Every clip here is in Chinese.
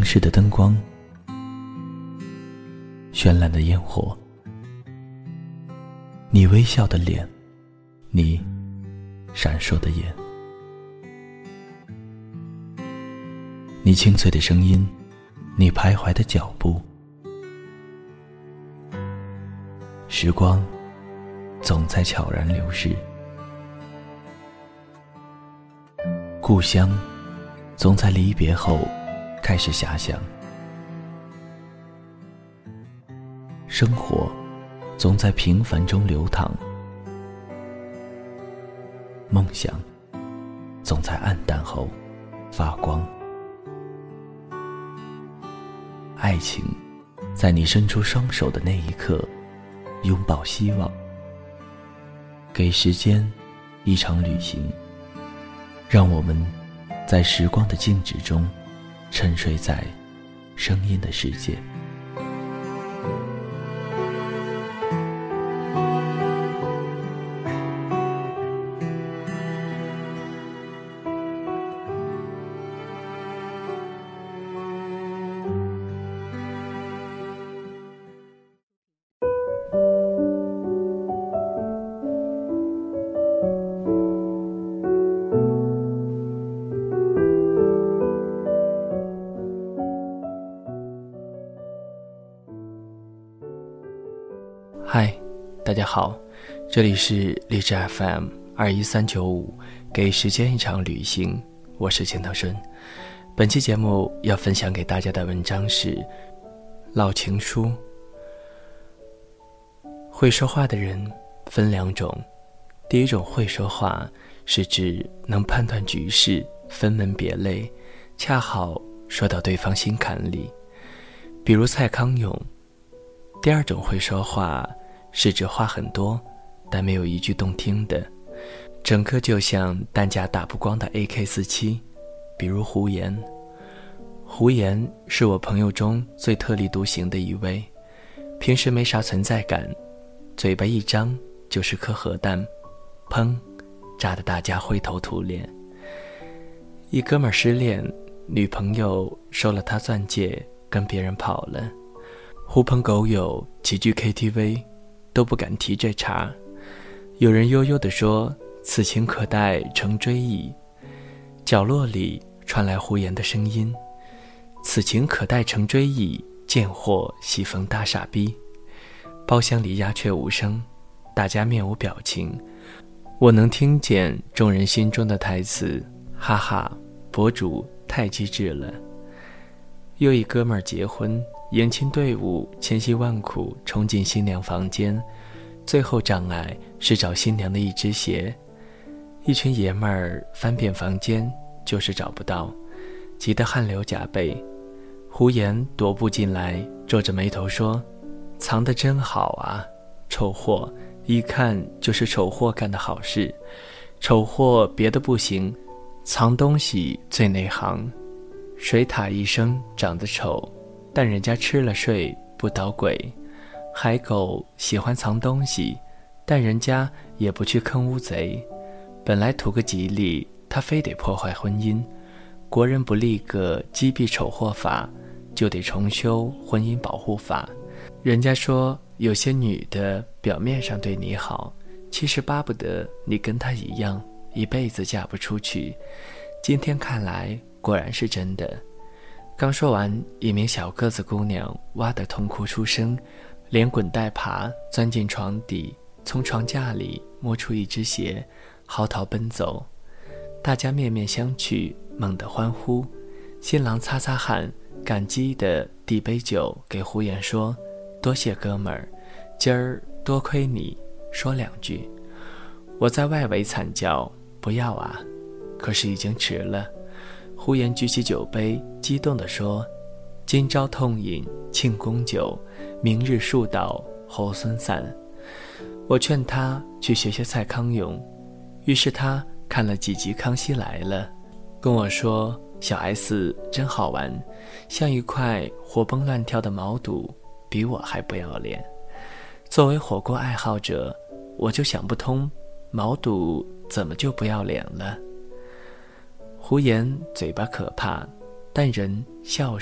市的灯光，绚烂的烟火，你微笑的脸，你闪烁的眼，你清脆的声音，你徘徊的脚步。时光总在悄然流逝，故乡总在离别后开始遐想，生活总在平凡中流淌，梦想总在暗淡后发光，爱情在你伸出双手的那一刻拥抱希望。给时间一场旅行，让我们在时光的静止中沉睡在声音的世界。嗨，大家好，这里是荔枝 FM21395，给时间一场旅行，我是钱涛顺。本期节目要分享给大家的文章是《老情书》。会说话的人分两种，第一种会说话，是指能判断局势，分门别类，恰好说到对方心坎里，比如蔡康永。第二种会说话，是指话很多，但没有一句动听的，整个就像弹夹打不光的 AK47， 比如胡言。胡言是我朋友中最特立独行的一位，平时没啥存在感，嘴巴一张就是颗核弹，砰，炸得大家灰头土脸。一哥们儿失恋，女朋友收了他钻戒，跟别人跑了，狐朋狗友齐聚 KTV， 都不敢提这茬。有人悠悠地说，此情可待成追忆。角落里传来胡言的声音，此情可待成追忆，贱货喜逢大傻逼。包厢里鸦雀无声，大家面无表情，我能听见众人心中的台词，哈哈，博主太机智了。又一哥们儿结婚，迎亲队伍千辛万苦冲进新娘房间，最后障碍是找新娘的一只鞋。一群爷们儿翻遍房间，就是找不到，急得汗流浃背。胡言踱步进来，皱着眉头说，藏得真好啊，丑货，一看就是丑货干的好事。丑货别的不行，藏东西最内行。水獭一生长得丑，但人家吃了睡不捣鬼。海狗喜欢藏东西，但人家也不去坑乌贼。本来图个吉利，他非得破坏婚姻。国人不立个击毙丑货法，就得重修婚姻保护法。人家说有些女的表面上对你好，其实巴不得你跟她一样，一辈子嫁不出去。今天看来果然是真的。刚说完，一名小个子姑娘哇得痛哭出声，连滚带爬钻进床底，从床架里摸出一只鞋，嚎啕奔走。大家面面相觑，猛地欢呼。新郎擦擦汗，感激地递杯酒给胡言说，多谢哥们儿，今儿多亏你，说两句。我在外围惨叫，不要啊，可是已经迟了。胡言举起酒杯，激动地说，今朝痛饮庆功酒，明日树倒猢狲散。我劝他去学学蔡康永，于是他看了几集《康熙来了》，跟我说，小 S 真好玩，像一块活蹦乱跳的毛肚，比我还不要脸。作为火锅爱好者，我就想不通，毛肚怎么就不要脸了？胡言嘴巴可怕，但人孝顺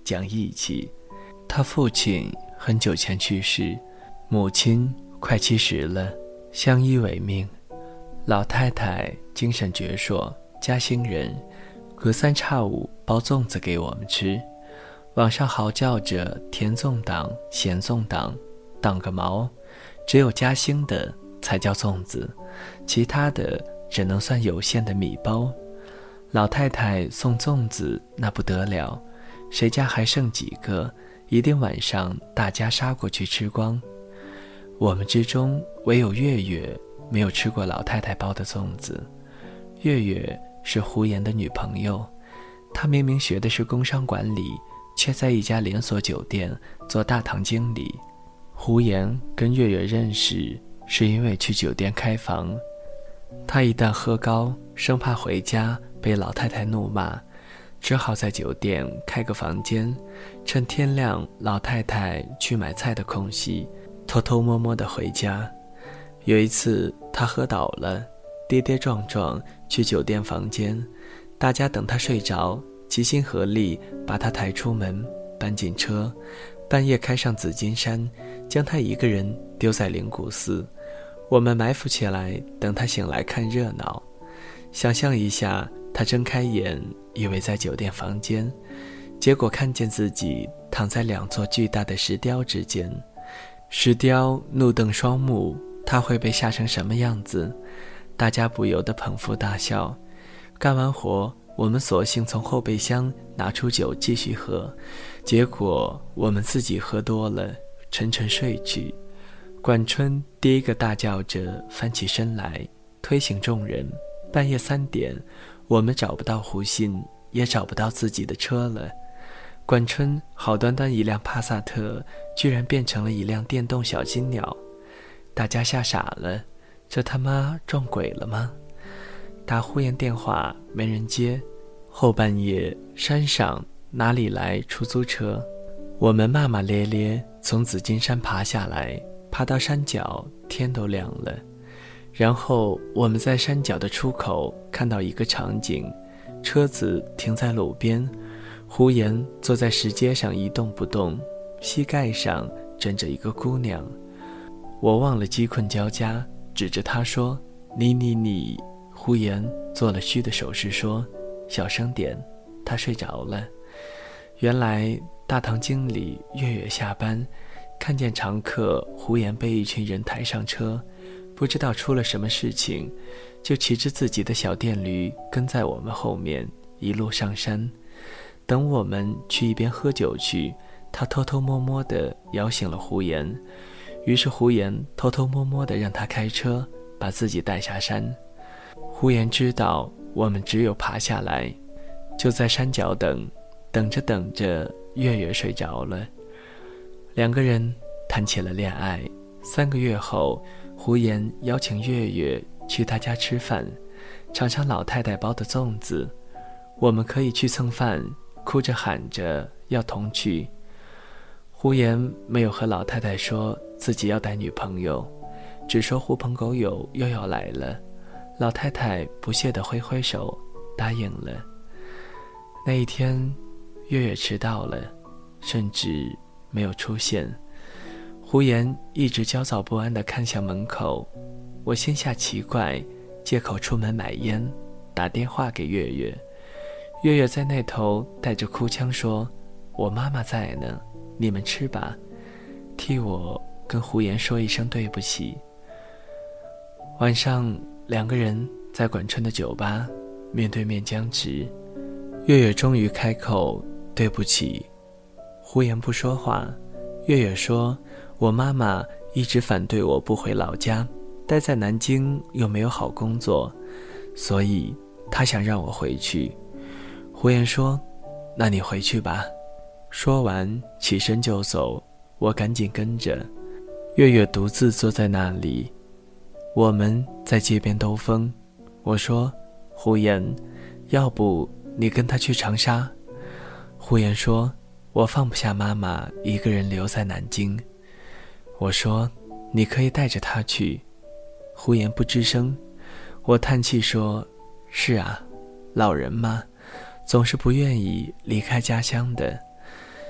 讲义气。他父亲很久前去世，母亲快70了，相依为命。老太太精神矍铄，嘉兴人，隔三差五包粽子给我们吃。网上嚎叫着甜粽党、咸粽党，党个毛！只有嘉兴的才叫粽子，其他的只能算有限的米包。老太太送粽子那不得了，谁家还剩几个，一定晚上大家杀过去吃光。我们之中唯有月月没有吃过老太太包的粽子。月月是胡言的女朋友，她明明学的是工商管理，却在一家连锁酒店做大堂经理。胡言跟月月认识是因为去酒店开房，他一旦喝高，生怕回家被老太太怒骂，只好在酒店开个房间，趁天亮老太太去买菜的空隙，偷偷摸摸地回家。有一次他喝倒了，跌跌撞撞去酒店房间，大家等他睡着，齐心合力把他抬出门，搬进车，半夜开上紫金山，将他一个人丢在灵谷寺。我们埋伏起来，等他醒来看热闹。想象一下，他睁开眼，以为在酒店房间，结果看见自己躺在2座巨大的石雕之间。石雕怒瞪双目，他会被吓成什么样子？大家不由得捧腹大笑。干完活，我们索性从后备箱拿出酒继续喝，结果我们自己喝多了，沉沉睡去。管春第一个大叫着翻起身来，推醒众人。半夜3点，我们找不到胡信，也找不到自己的车了。管春好端端一辆帕萨特，居然变成了一辆电动小金鸟。大家吓傻了，这他妈撞鬼了吗？打呼延电话没人接，后半夜山上哪里来出租车？我们骂骂咧咧从紫金山爬下来，爬到山脚，天都亮了。然后我们在山脚的出口看到一个场景，车子停在路边，胡言坐在石阶上一动不动，膝盖上枕着一个姑娘。我忘了饥困交加，指着他说你。胡言做了虚的手势说小声点，他睡着了。原来大堂经理月月下班，看见常客胡言被一群人抬上车，不知道出了什么事情，就骑着自己的小电驴跟在我们后面一路上山。等我们去一边喝酒去，他偷偷摸摸地摇醒了胡言，于是胡言偷偷摸摸地让他开车把自己带下山。胡言知道我们只有爬下来，就在山脚等着月月睡着了。2个人谈起了恋爱。3个月后，胡言邀请月月去他家吃饭，尝尝老太太包的粽子。我们可以去蹭饭，哭着喊着要同去。胡言没有和老太太说自己要带女朋友，只说狐朋狗友又要来了。老太太不屑地挥挥手答应了。那一天月月迟到了，甚至没有出现。胡言一直焦躁不安地看向门口，我心下奇怪，借口出门买烟，打电话给月月。月月在那头带着哭腔说，我妈妈在呢，你们吃吧，替我跟胡言说一声对不起。晚上2个人在管春的酒吧面对面僵持，月月终于开口对不起。胡言不说话。月月说，我妈妈一直反对我不回老家，待在南京又没有好工作，所以她想让我回去。胡言说，那你回去吧。说完起身就走，我赶紧跟着。月月独自坐在那里，我们在街边兜风。我说，胡言，要不你跟他去长沙？胡言说，我放不下妈妈一个人留在南京。我说，你可以带着他去。胡言不吱声。我叹气说，是啊，老人嘛，总是不愿意离开家乡的。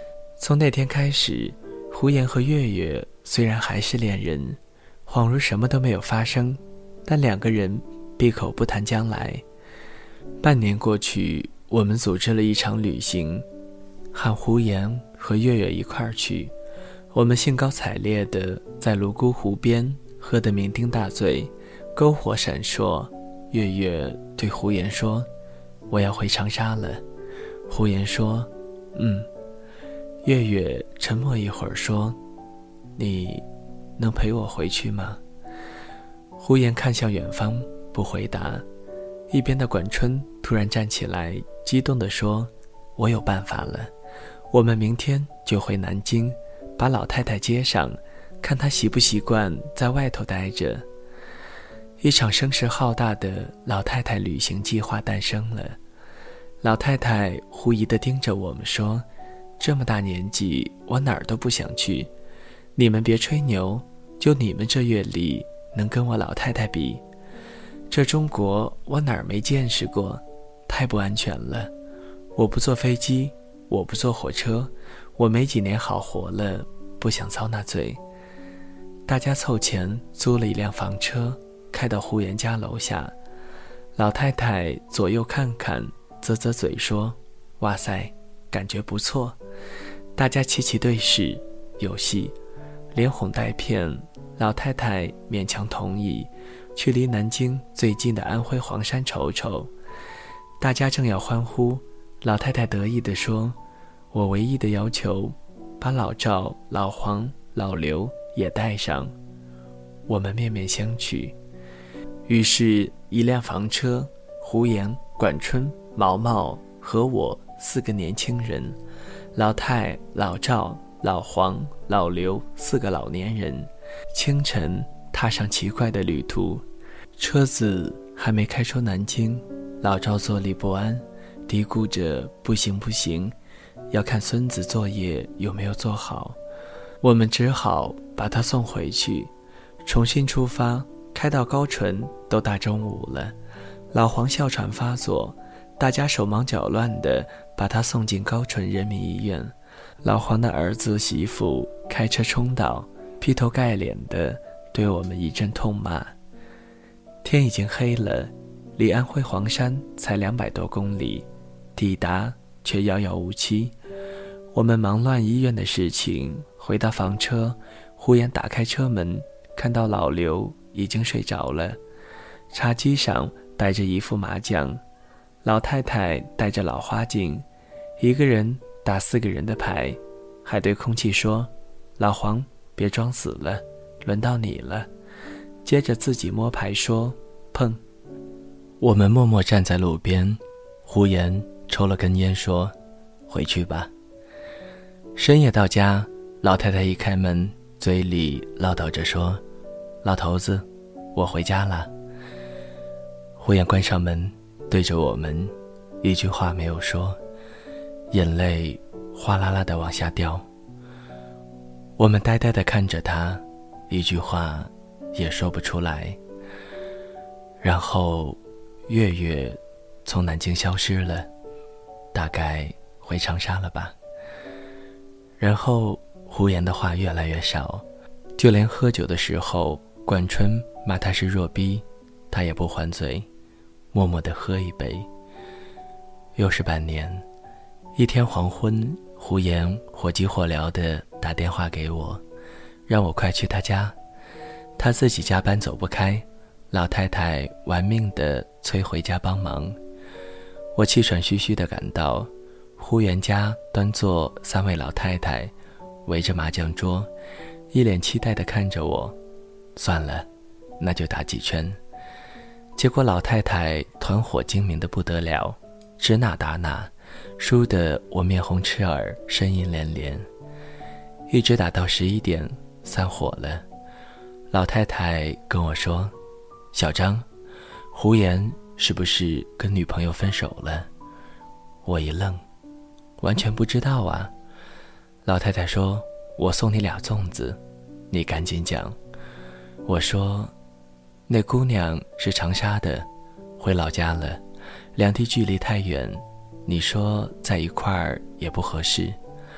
从那天开始，胡言和月月虽然还是恋人，恍如什么都没有发生，但两个人闭口不谈将来。半年过去，我们组织了一场旅行，喊胡言和月月一块儿去。我们兴高采烈地在泸沽湖边喝得酩酊大醉，篝火闪烁。月月对胡言说：“我要回长沙了。”胡言说：“月月沉默一会儿说：“你能陪我回去吗？”胡言看向远方，不回答。一边的管春突然站起来，激动地说：“我有办法了，我们明天就回南京，把老太太接上，看她习不习惯在外头待着。”一场声势浩大的老太太旅行计划诞生了。老太太狐疑地盯着我们说：“这么大年纪，我哪儿都不想去。你们别吹牛，就你们这阅历，能跟我老太太比？这中国我哪儿没见识过，太不安全了。我不坐飞机，我不坐火车，我没几年好活了，不想遭那罪。”大家凑钱租了一辆房车，开到胡言家楼下。老太太左右看看，啧啧嘴说：“哇塞，感觉不错。”大家齐齐对视，有戏。连哄带骗，老太太勉强同意去离南京最近的安徽黄山瞅瞅。大家正要欢呼，老太太得意地说：“我唯一的要求，把老赵、老黄、老刘也带上。”我们面面相觑。于是一辆房车，胡言、管春、毛毛和我4个年轻人，老太、老赵、老黄、老刘4个老年人，清晨踏上奇怪的旅途。车子还没开出南京，老赵坐立不安，嘀咕着不行，要看孙子作业有没有做好。我们只好把他送回去，重新出发，开到高淳都大中午了。老黄哮喘发作，大家手忙脚乱地把他送进高淳人民医院。老黄的儿子媳妇开车冲到，劈头盖脸地对我们一阵痛骂。天已经黑了，离安徽黄山才200多公里，抵达却遥遥无期。我们忙乱医院的事情，回到房车，胡言打开车门，看到老刘已经睡着了。茶几上摆着一副麻将，老太太戴着老花镜，一个人打4个人的牌，还对空气说：“老黄，别装死了，轮到你了。”接着自己摸牌说：“碰。”我们默默站在路边，胡言抽了根烟说：“回去吧。”深夜到家，老太太一开门，嘴里唠叨着说：“老头子，我回家了。”胡言关上门，对着我们，一句话没有说，眼泪哗啦啦地往下掉。我们呆呆地看着他，一句话也说不出来。然后月月从南京消失了，大概回长沙了吧。然后胡言的话越来越少，就连喝酒的时候，管春骂他是弱逼，他也不还嘴，默默地喝一杯。又是半年，一天黄昏，胡言火急火燎地打电话给我，让我快去他家。他自己加班走不开，老太太玩命地催回家帮忙。我气喘吁吁地赶到，胡言家端坐3位老太太，围着麻将桌，一脸期待地看着我。算了，那就打几圈。结果老太太团伙精明得不得了，指哪打哪，输得我面红赤耳，呻吟连连。一直打到11点，散伙了。老太太跟我说：“小张，胡言是不是跟女朋友分手了？”我一愣，完全不知道啊。老太太说：“我送你俩粽子，你赶紧讲。”我说：“那姑娘是长沙的，回老家了，两地距离太远，你说在一块儿也不合适。”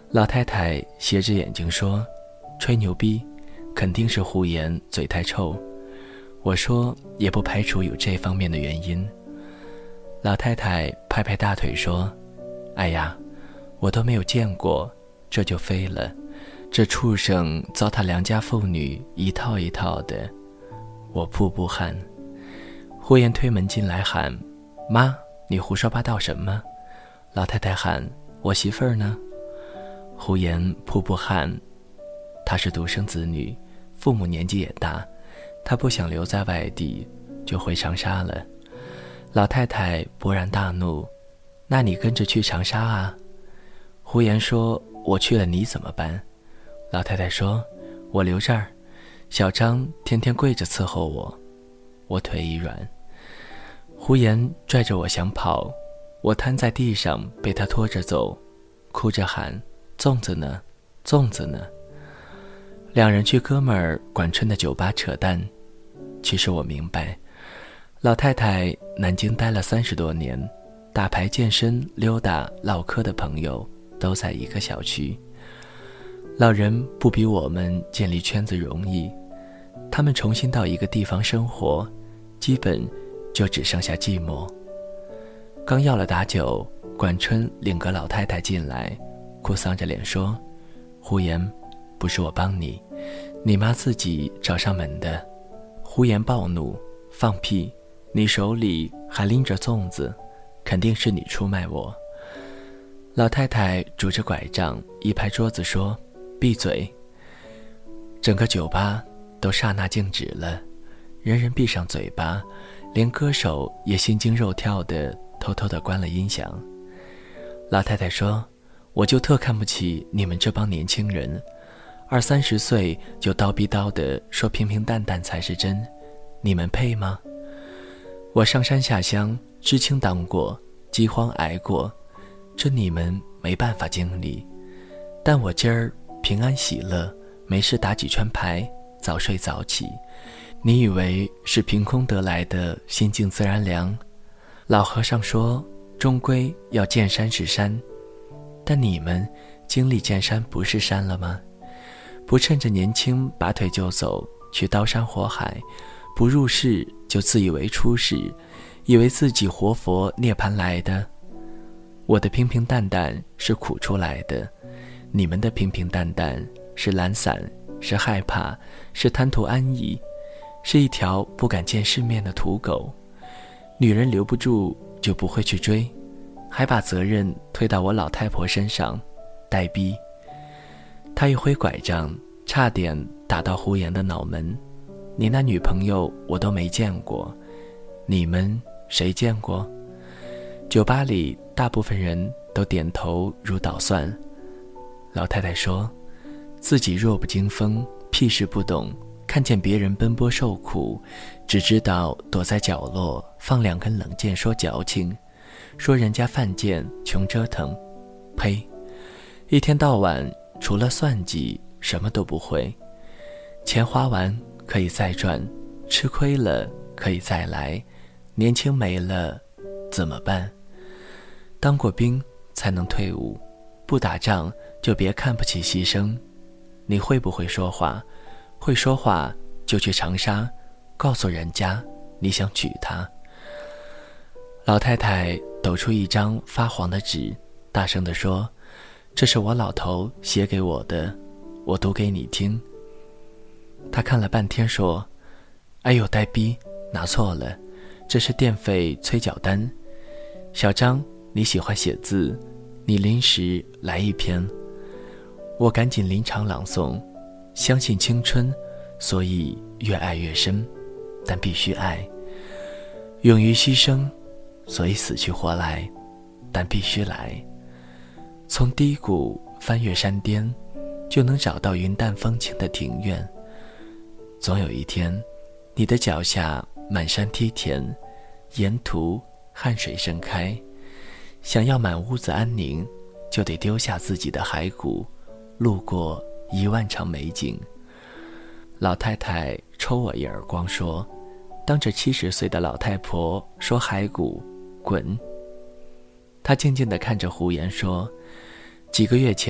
老太太斜着眼睛说，吹牛逼，肯定是胡言嘴太臭。我说也不排除有这方面的原因。老太太拍拍大腿说，哎呀，我都没有见过，这就飞了，这畜生糟蹋良家妇女一套一套的。我瀑布汗。胡言推门进来喊，妈，你胡说八道什么？老太太喊，我媳妇儿呢？胡言瀑布汗，她是独生子女，父母年纪也大，她不想留在外地，就回长沙了。老太太勃然大怒，那你跟着去长沙啊？胡言说，我去了你怎么办？老太太说，我留这儿，小张天天跪着伺候我。我腿一软。胡言拽着我想跑，我瘫在地上被他拖着走，哭着喊，粽子呢？粽子呢？两人去哥们儿管春的酒吧扯淡。其实我明白，老太太南京待了30多年，打牌、健身、溜达、唠嗑的朋友都在一个小区。老人不比我们建立圈子容易，他们重新到一个地方生活，基本就只剩下寂寞。刚要了打酒，管春领个老太太进来，哭丧着脸说，胡言，不是我帮你，你妈自己找上门的。胡言暴怒，放屁，你手里还拎着粽子，肯定是你出卖我。老太太拄着拐杖一拍桌子说，闭嘴。整个酒吧都刹那静止了，人人闭上嘴巴，连歌手也心惊肉跳地偷偷地关了音响。老太太说，我就特看不起你们这帮年轻人，20-30岁就叨逼叨地说平平淡淡才是真，你们配吗？我上山下乡，知青当过，饥荒挨过，这你们没办法经历，但我今儿平安喜乐，没事打几圈牌，早睡早起，你以为是凭空得来的心静自然凉？老和尚说，终归要见山是山，但你们经历见山不是山了吗？不趁着年轻拔腿就走，去刀山火海，不入世就自以为出世，以为自己活佛涅槃来的。我的平平淡淡是苦出来的，你们的平平淡淡是懒散，是害怕，是贪图安逸，是一条不敢见世面的土狗。女人留不住就不会去追，还把责任推到我老太婆身上，呆逼。他一挥拐杖，差点打到胡言的脑门。你那女朋友我都没见过，你们谁见过？酒吧里大部分人都点头如捣蒜。老太太说，自己弱不禁风，屁事不懂，看见别人奔波受苦，只知道躲在角落放2根冷箭说矫情，说人家犯贱穷折腾。呸！一天到晚除了算计什么都不会，钱花完可以再赚，吃亏了可以再来，年轻没了怎么办？当过兵才能退伍，不打仗就别看不起牺牲。你会不会说话？会说话就去长沙，告诉人家你想娶她。老太太抖出一张发黄的纸，大声地说，这是我老头写给我的，我读给你听。他看了半天说，哎呦呆逼，拿错了，这是电费催缴单。小张，你喜欢写字，你临时来一篇。我赶紧临场朗诵，相信青春，所以越爱越深，但必须爱；勇于牺牲，所以死去活来，但必须来。从低谷翻越山巅，就能找到云淡风轻的庭院。总有一天，你的脚下满山梯田，沿途汗水盛开。想要满屋子安宁，就得丢下自己的骸骨，路过10000场美景。老太太抽我一耳光说，当着70岁的老太婆说骸骨，滚。她静静地看着胡言说，几个月前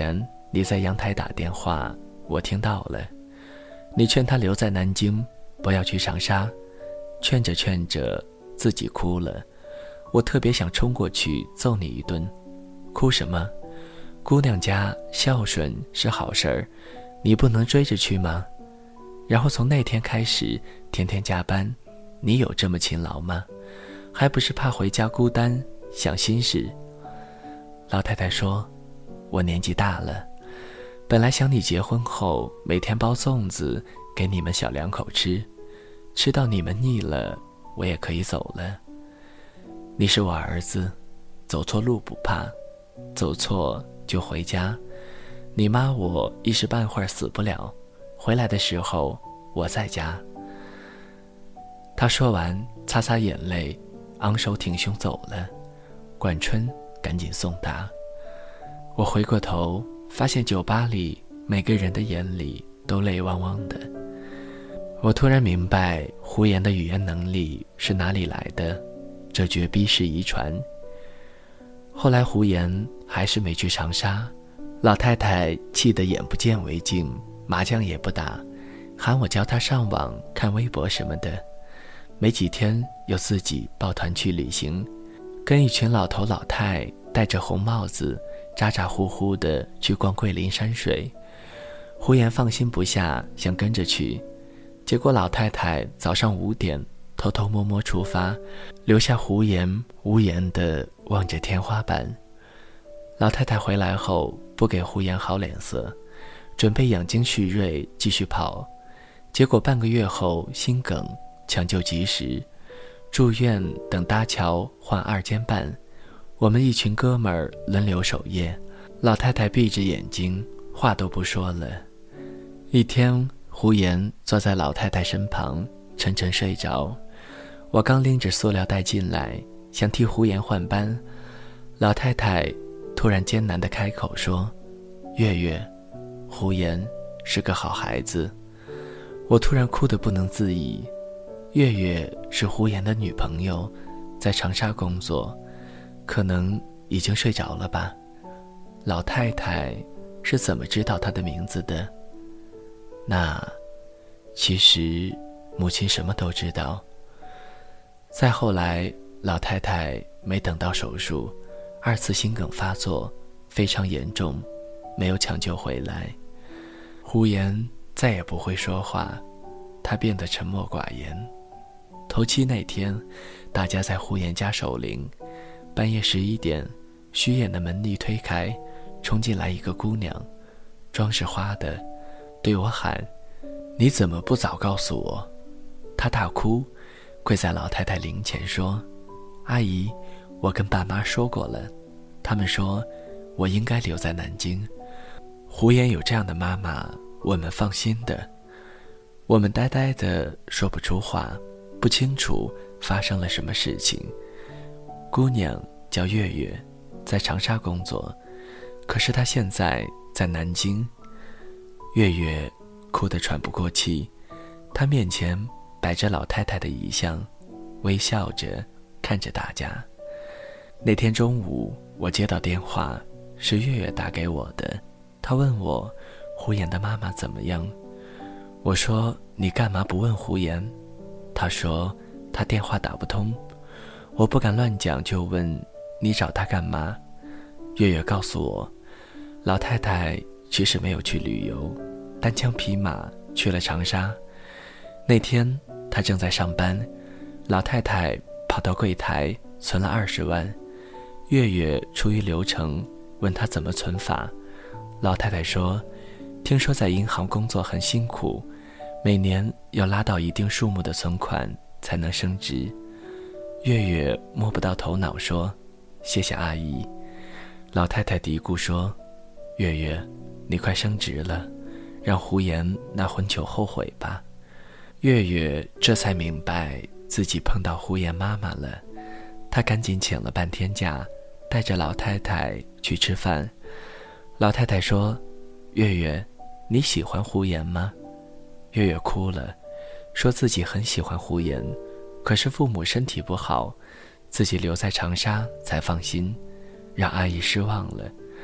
你在阳台打电话，我听到了。你劝他留在南京，不要去长沙，劝着劝着自己哭了。我特别想冲过去揍你一顿。哭什么？姑娘家孝顺是好事儿，你不能追着去吗？然后从那天开始，天天加班。你有这么勤劳吗？还不是怕回家孤单，想心事。老太太说，我年纪大了，本来想你结婚后每天包粽子给你们小两口吃，吃到你们腻了，我也可以走了。你是我儿子，走错路不怕，走错就回家。你妈我一时半会儿死不了，回来的时候我在家。他说完擦擦眼泪，昂首挺胸走了。管春赶紧送他。我回过头，发现酒吧里每个人的眼里都泪汪汪的。我突然明白胡言的语言能力是哪里来的，这绝逼是遗传。后来胡言还是没去长沙，老太太气得眼不见为净，麻将也不打，喊我教她上网看微博什么的。没几天又自己抱团去旅行，跟一群老头老太戴着红帽子咋咋呼呼地去逛桂林山水。胡言放心不下，想跟着去，结果老太太早上5点偷偷摸摸出发，留下胡言无言地望着天花板。老太太回来后不给胡言好脸色，准备养精蓄锐继续跑，结果半个月后心梗，抢救及时，住院等搭桥换2间半。我们一群哥们儿轮流守夜，老太太闭着眼睛，话都不说了。一天，胡言坐在老太太身旁，沉沉睡着。我刚拎着塑料袋进来，想替胡言换班，老太太突然艰难地开口说：“月月，胡言是个好孩子。”我突然哭得不能自已。月月是胡言的女朋友，在长沙工作，可能已经睡着了吧。老太太是怎么知道她的名字的？那其实母亲什么都知道。再后来，老太太没等到手术，2次心梗发作，非常严重，没有抢救回来。胡言再也不会说话，他变得沉默寡言。头七那天，大家在胡言家守灵，半夜11点，虚掩的门一推开，冲进来一个姑娘，妆是花的，对我喊：“你怎么不早告诉我？”她大哭，跪在老太太灵前说：“阿姨，我跟爸妈说过了，他们说我应该留在南京。胡言有这样的妈妈，我们放心的。”我们呆呆的说不出话，不清楚发生了什么事情。姑娘叫月月，在长沙工作，可是她现在在南京。月月哭得喘不过气，她面前摆着老太太的遗像，微笑着看着大家。那天中午，我接到电话，是月月打给我的。她问我胡言的妈妈怎么样。我说：“你干嘛不问胡言？”她说：“她电话打不通。”我不敢乱讲，就问：“你找她干嘛？”月月告诉我，老太太其实没有去旅游，单枪匹马去了长沙。那天她正在上班，老太太跑到柜台存了20万。月月出于流程问她怎么存法，老太太说：“听说在银行工作很辛苦，每年要拉到一定数目的存款才能升职。”月月摸不到头脑说：“谢谢阿姨。”老太太嘀咕说：“月月，你快升职了，让胡言那混球后悔吧。”月月这才明白自己碰到胡言妈妈了，她赶紧请了半天假，带着老太太去吃饭。老太太说：“月月，你喜欢胡言吗？”月月哭了，说自己很喜欢胡言，可是父母身体不好，自己留在长沙才放心，让阿姨失望了。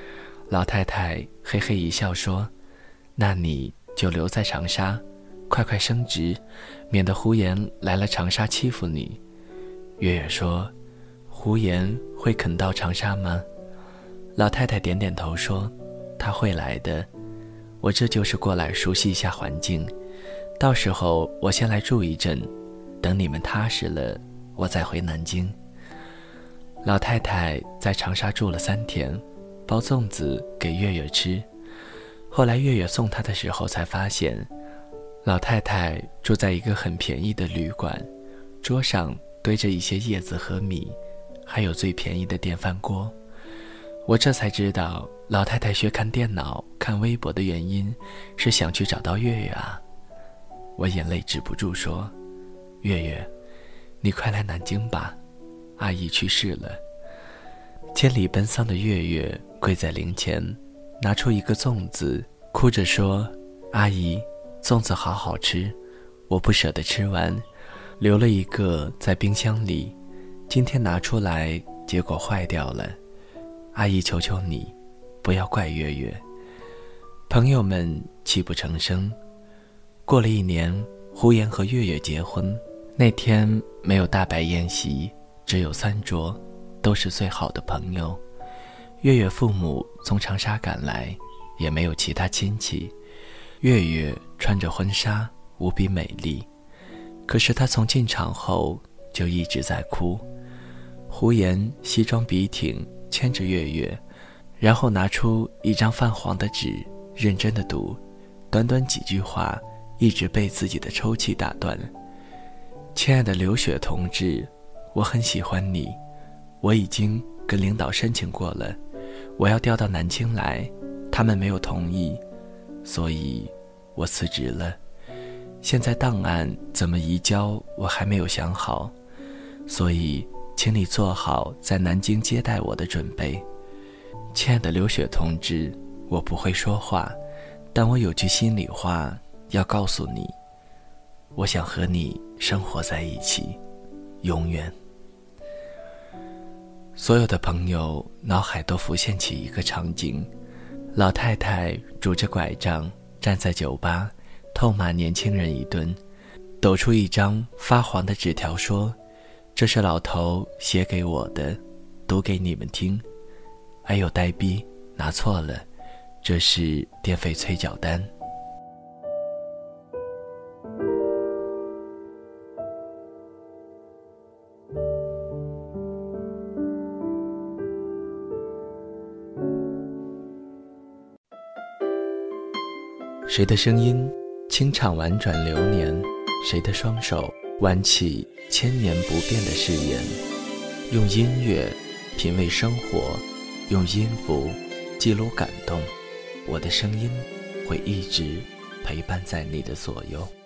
老太太嘿嘿一笑说，那你就留在长沙，快快升职，免得胡言来了长沙欺负你。月月说，胡言会肯到长沙吗？老太太点点头说，他会来的，我这就是过来熟悉一下环境，到时候我先来住一阵，等你们踏实了，我再回南京。老太太在长沙住了3天，包粽子给月月吃。后来月月送她的时候才发现，老太太住在一个很便宜的旅馆，桌上堆着一些叶子和米，还有最便宜的电饭锅。我这才知道，老太太学看电脑、看微博的原因是想去找到月月啊。我眼泪止不住说，月月，你快来南京吧，阿姨去世了。千里奔丧的月月跪在灵前，拿出一个粽子，哭着说，阿姨，粽子好好吃，我不舍得吃完，留了一个在冰箱里，今天拿出来，结果坏掉了。阿姨求求你，不要怪月月。朋友们泣不成声。过了1年，胡言和月月结婚，那天没有大摆宴席，只有3桌，都是最好的朋友。月月父母从长沙赶来，也没有其他亲戚。月月穿着婚纱，无比美丽，可是她从进场后就一直在哭。胡言西装笔挺，牵着月月，然后拿出一张泛黄的纸，认真地读，短短几句话，一直被自己的抽泣打断。亲爱的刘雪同志，我很喜欢你，我已经跟领导申请过了，我要调到南京来，他们没有同意，所以我辞职了。现在档案怎么移交我还没有想好，所以请你做好在南京接待我的准备。亲爱的刘雪同志，我不会说话，但我有句心里话要告诉你，我想和你生活在一起，永远。所有的朋友脑海都浮现起一个场景，老太太拄着拐杖站在酒吧，痛骂年轻人一顿，抖出一张发黄的纸条说，这是老头写给我的，读给你们听。哎呦呆逼，拿错了，这是电费催缴单。谁的声音清唱婉转流年，谁的双手挽起千年不变的誓言。用音乐品味生活，用音符记录感动，我的声音会一直陪伴在你的左右。